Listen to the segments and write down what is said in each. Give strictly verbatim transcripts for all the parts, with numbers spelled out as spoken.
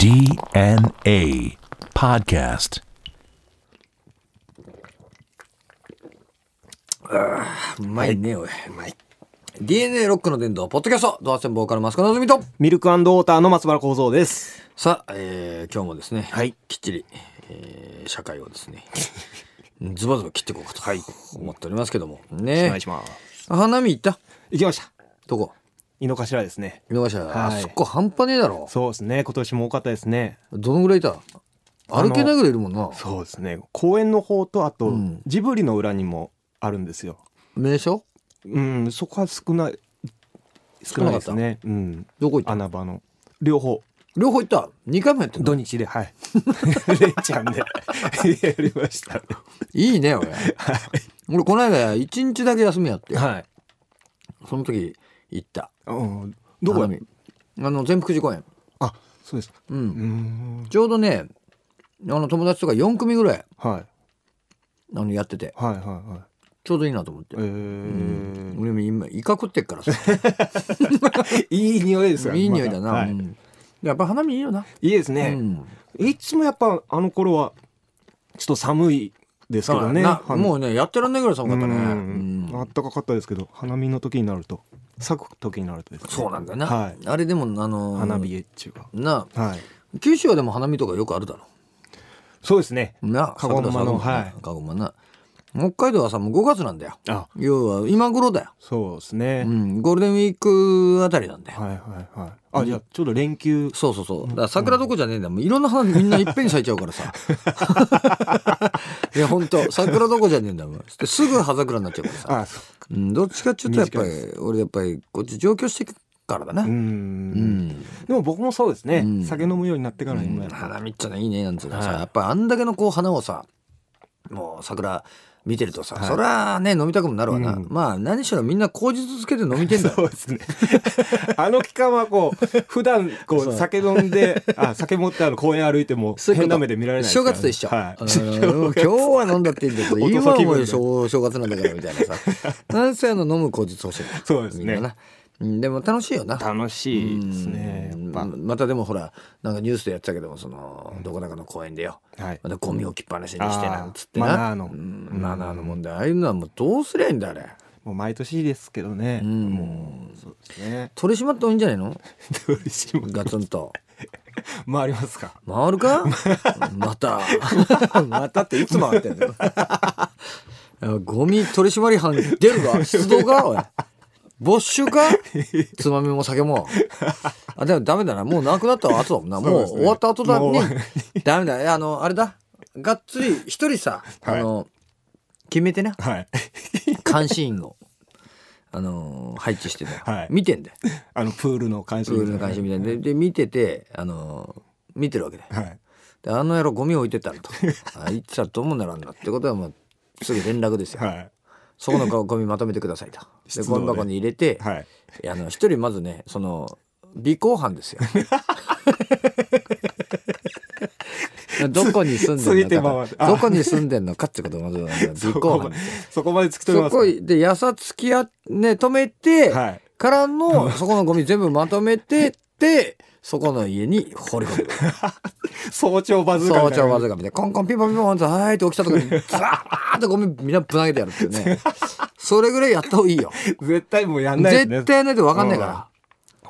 ディーエヌエー Podcast。 あうまいね、おい。うまい。ディーエヌエー ロックの伝道ポッドキャストドアセンボーカルマスコのぞみとミルク&ウォーターの松原幸三です。 さあ、えー、今日もですね、 はい、 きっちり、えー、社会をですねズバズバ切っていこうかと思っておりますけどもね。 お願いします。 花見行った？ 行きました。 どこ？ 井の頭ですね。 井の頭、 はい、 あそこ半端ねえだろ。 そうですね、今年も多かったですね。 どのぐらいいた？歩けないぐらいいるもんな。 そうですね、公園の方とあと、うん、ジブリの裏にもあるんですよ。 名所？ うん、そこは少ない少ないですね。うん、どこ行った？穴場の両方両方行った。にかいもやってんの？ 土日で、はいレイちゃんでやりました、ね、 いいね俺、はい、俺この間いちにちだけ休みやって、 はい、 その時行った。 うん、どこ？ あの善福寺公園。 あ、そうですか。 うん、うんちょうどねあの友達とかよん組ぐらい、はい、あのやってて、はいはいはい、ちょうどいいなと思って、えーうん、俺も今イカ食ってっからさいい匂いですよね。 いい匂いだな、はい、うん、やっぱ花見いいよな。 いいですね、うん、いつもやっぱあの頃はちょっと寒いですけどね。 もうねやってらんないぐらい寒かったね。うん、 あったかかったですけど、花見の時になると咲く時になるとですね。 そうなんだよな、 はい、 あれでもあのー、 花冷えっちゅうかな、 はい、 九州はでも花見とかよくあるだろ。 そうですね、 な、 鹿児島の、はい、 鹿児島な。北海道はさもうごがつなんだよ。あ、要は今頃だよ。 そうですね、 うん、ゴールデンウィークあたりなんだよ。はいはいはい。 あ、じゃあちょうど連休。 そうそうそう。だから桜どこじゃねえんだよ。もういろんな花みんないっぺんに咲いちゃうからさいやほんと桜どこじゃねえんだよ。すぐ葉桜になっちゃうからさ。あ、そうか、うん、どっちかっていうとやっぱり俺やっぱりこっち上京してからだな。うん、うん、 でも僕もそうですね、うん、酒飲むようになってから今やっぱ、 うん、花見っちゃねいいねなんつうかさ、はい、やっぱりあんだけのこう花をさもう桜見てるとさ、はい、そりゃね飲みたくもなるわな、うん、まあ何しろみんな口実つけて飲みてんだよ。 そうですねあの期間はこう普段こう酒飲んであ酒持ってあの公園歩いても変な目で見られないですから、ね、 正月と一緒、はい、今日は飲んだっていいんだけど今はもう正月なんだからみたいなさ何せあの飲む口実欲しい。 そうですね、 でも楽しいよな。 楽しいですね。 ま, またでもほらなんかニュースでやってたけどもその、うん、どこだかの公園でよ、はい、またゴミ置きっぱなしにしてなんつってな、 マナーの、 うん、マナーの問題、ああいうのはもうどうすりゃいいんだあれ。 もう毎年ですけどね、うん、もうそうですね、 取り締まってもいいんじゃないの取り締まガツンと回りますか。 回るかまたまたっていつ回ってんのゴミ取り締まり班出るか出動かおい没収かつまみも酒もあでもダメだなもうなくなった後だもんな、もう終わった後だにダメだ。あのあれだがっつり一人さ、はい、あの決めてな、はい、監視員をあの配置してたよ、はい、見てんだよあのプールの監視員、 プールの監視みたいな で, で見ててあの見てるわけで、はい、であの野郎ゴミ置いてたらとあいつはどうもならんなってことはもうすぐ連絡ですよ、はい、そこのゴミまとめてくださいと。でゴミ箱に入れて、はい、あの一人まずねその尾行犯ですよどこに住んでんのかどこに住んでんのかってことをまず尾行犯ですよ。 そこまで突き止めますか。 そこでやさつきやね止めて、はい、からのそこのゴミ全部まとめてってそこの家に放り込む早朝バズーカみたいな早朝バズーカみたいなコンコンピンポンピンポンってはいって起きたとこにザーッとゴミみんなぶ投げてやるっていうねそれぐらいやった方がいいよ。 絶対もうやんないですね。 絶対やんないと分かんないから、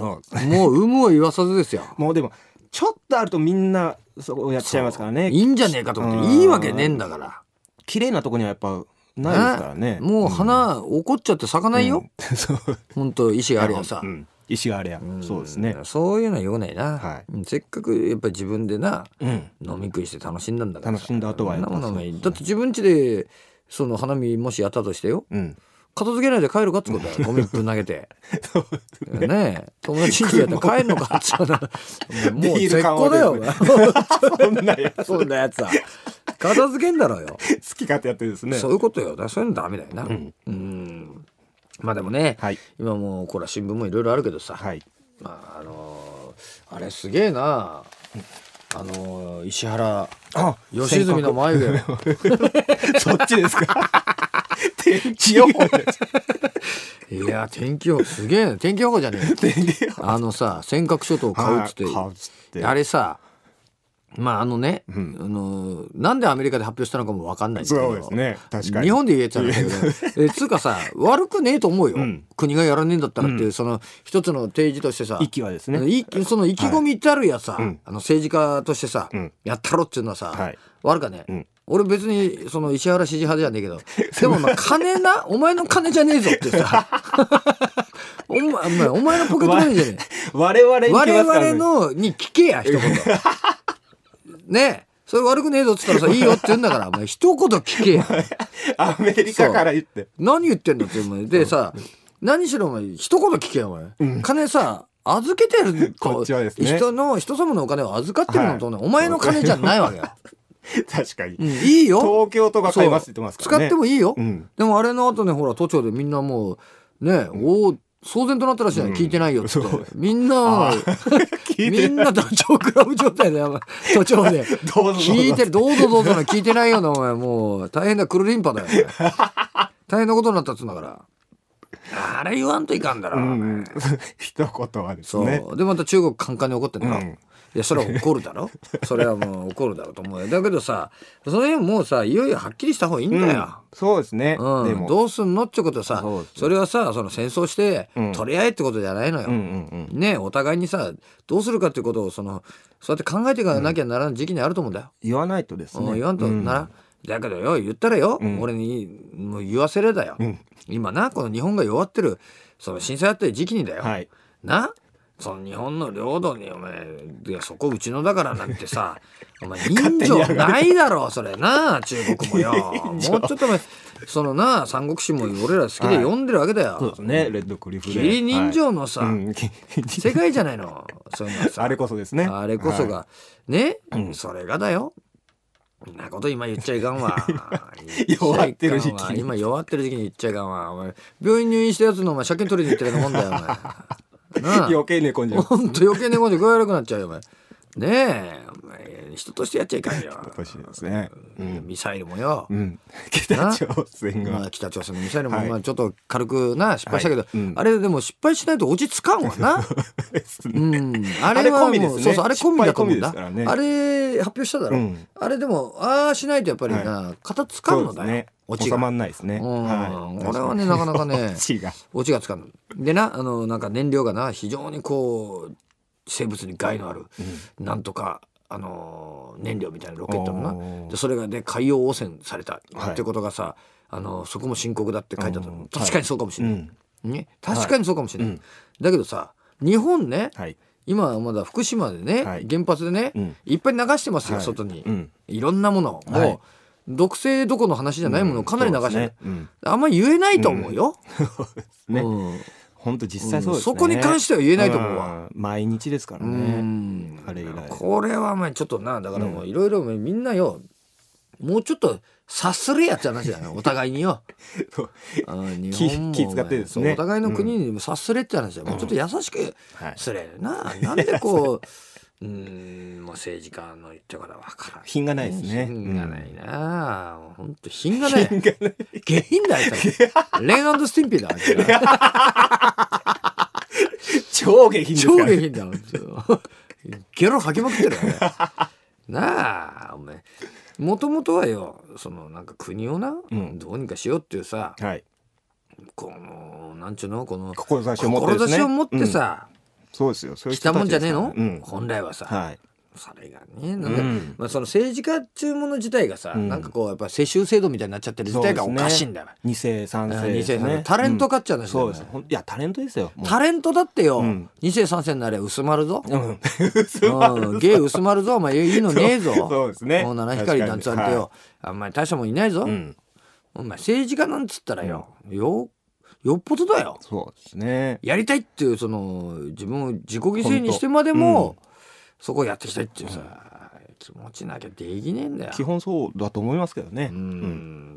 うん、もう有無を言わさずですよ。 もうでもちょっとあるとみんなそうやっちゃいますからね。 いいんじゃねえかと思っていいわけねえんだから。 綺麗なとこにはやっぱないですからね。 もう花、うん、怒っちゃって咲かないよ、うん、そう本当意志がありゃさ、うん、 意志がありゃ、うん、そうですね。 そういうのはよくないな、はい、せっかくやっぱり自分でな、うん、飲み食いして楽しんだんだから楽しんだ後はやっぱだって自分家でその花見もしやったとしてよ、うん、片付けないで帰るかってことだよゴミぶん投げてそうねねえ友達にやったら帰んのかってもう絶好だよそんなやつそんなやつは片付けんだろうよ好き勝手やってるんですね。 そういうことよ。だそういうのダメだよな、うん、うんまあでもね、はい、今もうこれ新聞もいろいろあるけどさ、はい、まああのー、あれすげえなあのー、石原良純の眉毛そっちですか天気予報いや天気予報すげえな天気予報じゃねえあのさ尖閣諸島買うっつって、はい、あれさまああのね、 うん、 あのなんでアメリカで発表したのかも分かんないんだけど、 そうですね、確かに日本で言えちゃうんだけどえつうかさ悪くねえと思うよ、うん、国がやらねえんだったらっていう、うん、その一つの提示としてさ、 息はですね、 いその意気込みたるやさ、はい、あの政治家としてさ、 うん、 やったろっていうのはさ、はい、悪かね、うん、俺別にその石原支持派じゃねえけどでもまあ金なお前の金じゃねえぞってさお前、お前、お前のポケットマネーじゃねえ我々に我々のに聞けや一言ねえそれ悪くねえぞっつったらさいいよって言うんだからお前一言聞けやアメリカから言って何言ってんのってお前でさ、うん、何しろお前一言聞けよお前、うん、金さ預けてるこっちはですね人の人様のお金を預かってるのとね、はい、お前の金じゃないわけよ確かに、 うん、いいよ東京とか買いますって言ってますからね使ってもいいよ、 うん、 でもあれの後ねほら都庁でみんなもうね、うん、お騒然となったらしい、うん、聞いてないよって、みんなみんなダチョウ倶楽部状態だよ都庁で聞いてるどうぞどうぞ聞いてないよなお前もう大変だクルリンパだよ大変なことになったっつうんだからあれ言わんといかんだろ、うん、 一言はですねそうでまた中国カンカンに怒ってんだろ、うん、いやそれは怒るだろそれはもう怒るだろうと思うよだけどさその辺もうさいよいよはっきりした方がいいんだよ、うん、 そうですね、 うん、でもどうすんのってことさ そ, それはさその戦争して取り合えってことじゃないのよ、うんうんうん、ねお互いにさどうするかっていうことをそのそうやって考えていかなきゃならない時期にあると思うんだよ、 言わないとですね、 うん、言わんとなら、うん、だけどよ言ったらよ、うん、俺にもう言わせれだよ、うん、今なこの日本が弱ってるその震災あった時期にだよ、はい、なその日本の領土にお前いやそこうちのだからなんてさお前人情ないだろそれな中国もよもうちょっとお前そのな三国志も俺ら好きで読んでるわけだよ、はい、 そうですねレッドクリフで義理人情のさ、はい、世界じゃないのそういうのさあれこそですねあれこそが、はい、ね、うん、それがだよそんなこと今言っちゃいかんわ弱ってる時期今弱ってる時期に言っちゃいかんわお前病院入院したやつのお前借金取りに行ってるようなもんだよお前なあ余計寝込んじゃうほんと余計寝込んで具合悪くなっちゃうよお前ねえお前人としてやっちゃいかんよですね、 うん、ミサイルもよ、 うん、北朝鮮が、 まあ、北朝鮮のミサイルも、はい、まあ、ちょっと軽くな失敗したけど、はいうん、あれでも失敗しないと落ち着かんわな、ねうん、あれはもう、ね、そうそうあれ込みだと思うんだ、ね、あれ発表しただろ、うん、あれでもああしないとやっぱりな、はい、型つかんのだよ、ね、 落ちが収まんないですね、うんはい、これはねなかなかね落ちが落ちがつかんでなあのなんか燃料がな非常にこう生物に害のある、うん、なんとかあの燃料みたいなロケットのなでそれがね海洋汚染された、はい、ってことがさあのそこも深刻だって書いてあったの確かにそうかもしれない、はいね、確かにそうかもしれない、はい、だけどさ日本ね、はい、今はまだ福島でね、はい、原発でね、うん、いっぱい流してますよ、はい、外に、うん、いろんなものを、はい、毒性どこの話じゃないものをかなり流してる、うんねうん、あんまり言えないと思うよ、 うん、そうですね、うん本当実際そうですね、 うん、そこに関しては言えないと思うわ、 うん、毎日ですからねあれ以来これはお前ちょっとなだからもういろいろみんなよもうちょっと察するやつ話だよお互いによ日本も気使ってですねお互いの国にも察すれって話だよ、うん、もうちょっと優しくすれな、はい、なんでこううーんもう政治家の言ってから分からん品がないですね品がないな、うん、ほんと品がない品がない下品だよレン&スティンピーだ超下品ですから、 ね、超下品だゲロ吐きまくってるよねなあお前もともとはよそのなんか国をな、うん、どうにかしようっていうさ、はい、このなんちゅうのこの志を持ってですね志を持ってさ、うんそうですよそういう人たちですから来たもんじゃねえの、 うん、 本来はさ、 はい、 それがねなんか、うんまあ、その政治家っちゅうもの自体がさ、うん、なんかこうやっぱ世襲制度みたいになっちゃってる自体がおかしいんだよ、ね、 に世さん世ですねタレントかっちゃうんですよ、 うん、そうですいやタレントですよタレントだってよ、うん、に世さん世になれば薄まるぞ、うん、うん、芸薄まるぞお前いいのねえぞそうですねもう七光なんつわれてよ、はい、あんまり大したもんいないぞ、うん、お前政治家なんつったらよ、うん、よよっぽどだよそうですねやりたいっていうその自分を自己犠牲にしてまでも、うん、そこをやっていきたいっていうさ、うん、気持ちなきゃできねえんだよ基本そうだと思いますけどねうん、うん、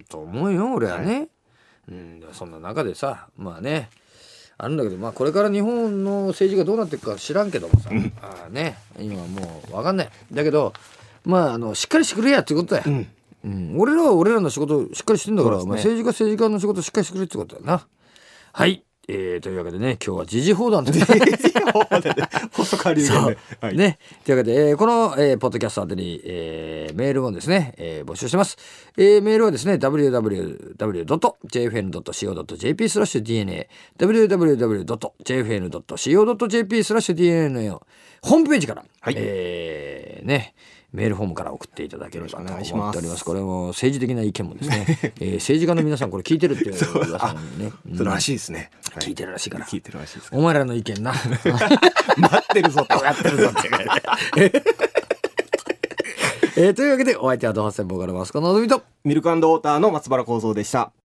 と思うよ俺はね、はい、うんそんな中でさまあねあるんだけどまあこれから日本の政治がどうなっていくか知らんけどもさ、うん、あね今はもう分かんないだけどまああのしっかりしてくれやってことだよ、うんうん、俺らは俺らの仕事しっかりしてんだから、ねまあ、政治家政治家の仕事しっかりしてくれってことだよなはいえー、というわけでね今日は時事放談で細川流言で、はい、 ね、というわけで、えー、この、えー、ポッドキャスト宛てに、えー、メールをですね、えー、募集してます、えー、メールはですね ダブリューダブリューダブリュードットジェイエフエヌドットシーオードットジェーピー スラッシュ ディーエヌエー ダブリューダブリューダブリュードットジェイエフエヌドットシーオードットジェーピー スラッシュ ディーエヌエー ホームページから、 はい、 えー、ねメールフォームから送っていただければと思っております。これも政治的な意見もですね、えー、政治家の皆さんこれ聞いてるっていう噂にね、 うん、それらしいですね、 はい、聞いてるらしいから、 聞いてるらしいですお前らの意見な待ってるぞと待ってるぞってえー、というわけでお相手はドハセンボーカルマスコのぞみとミルク&ウォーターの松原幸三でした。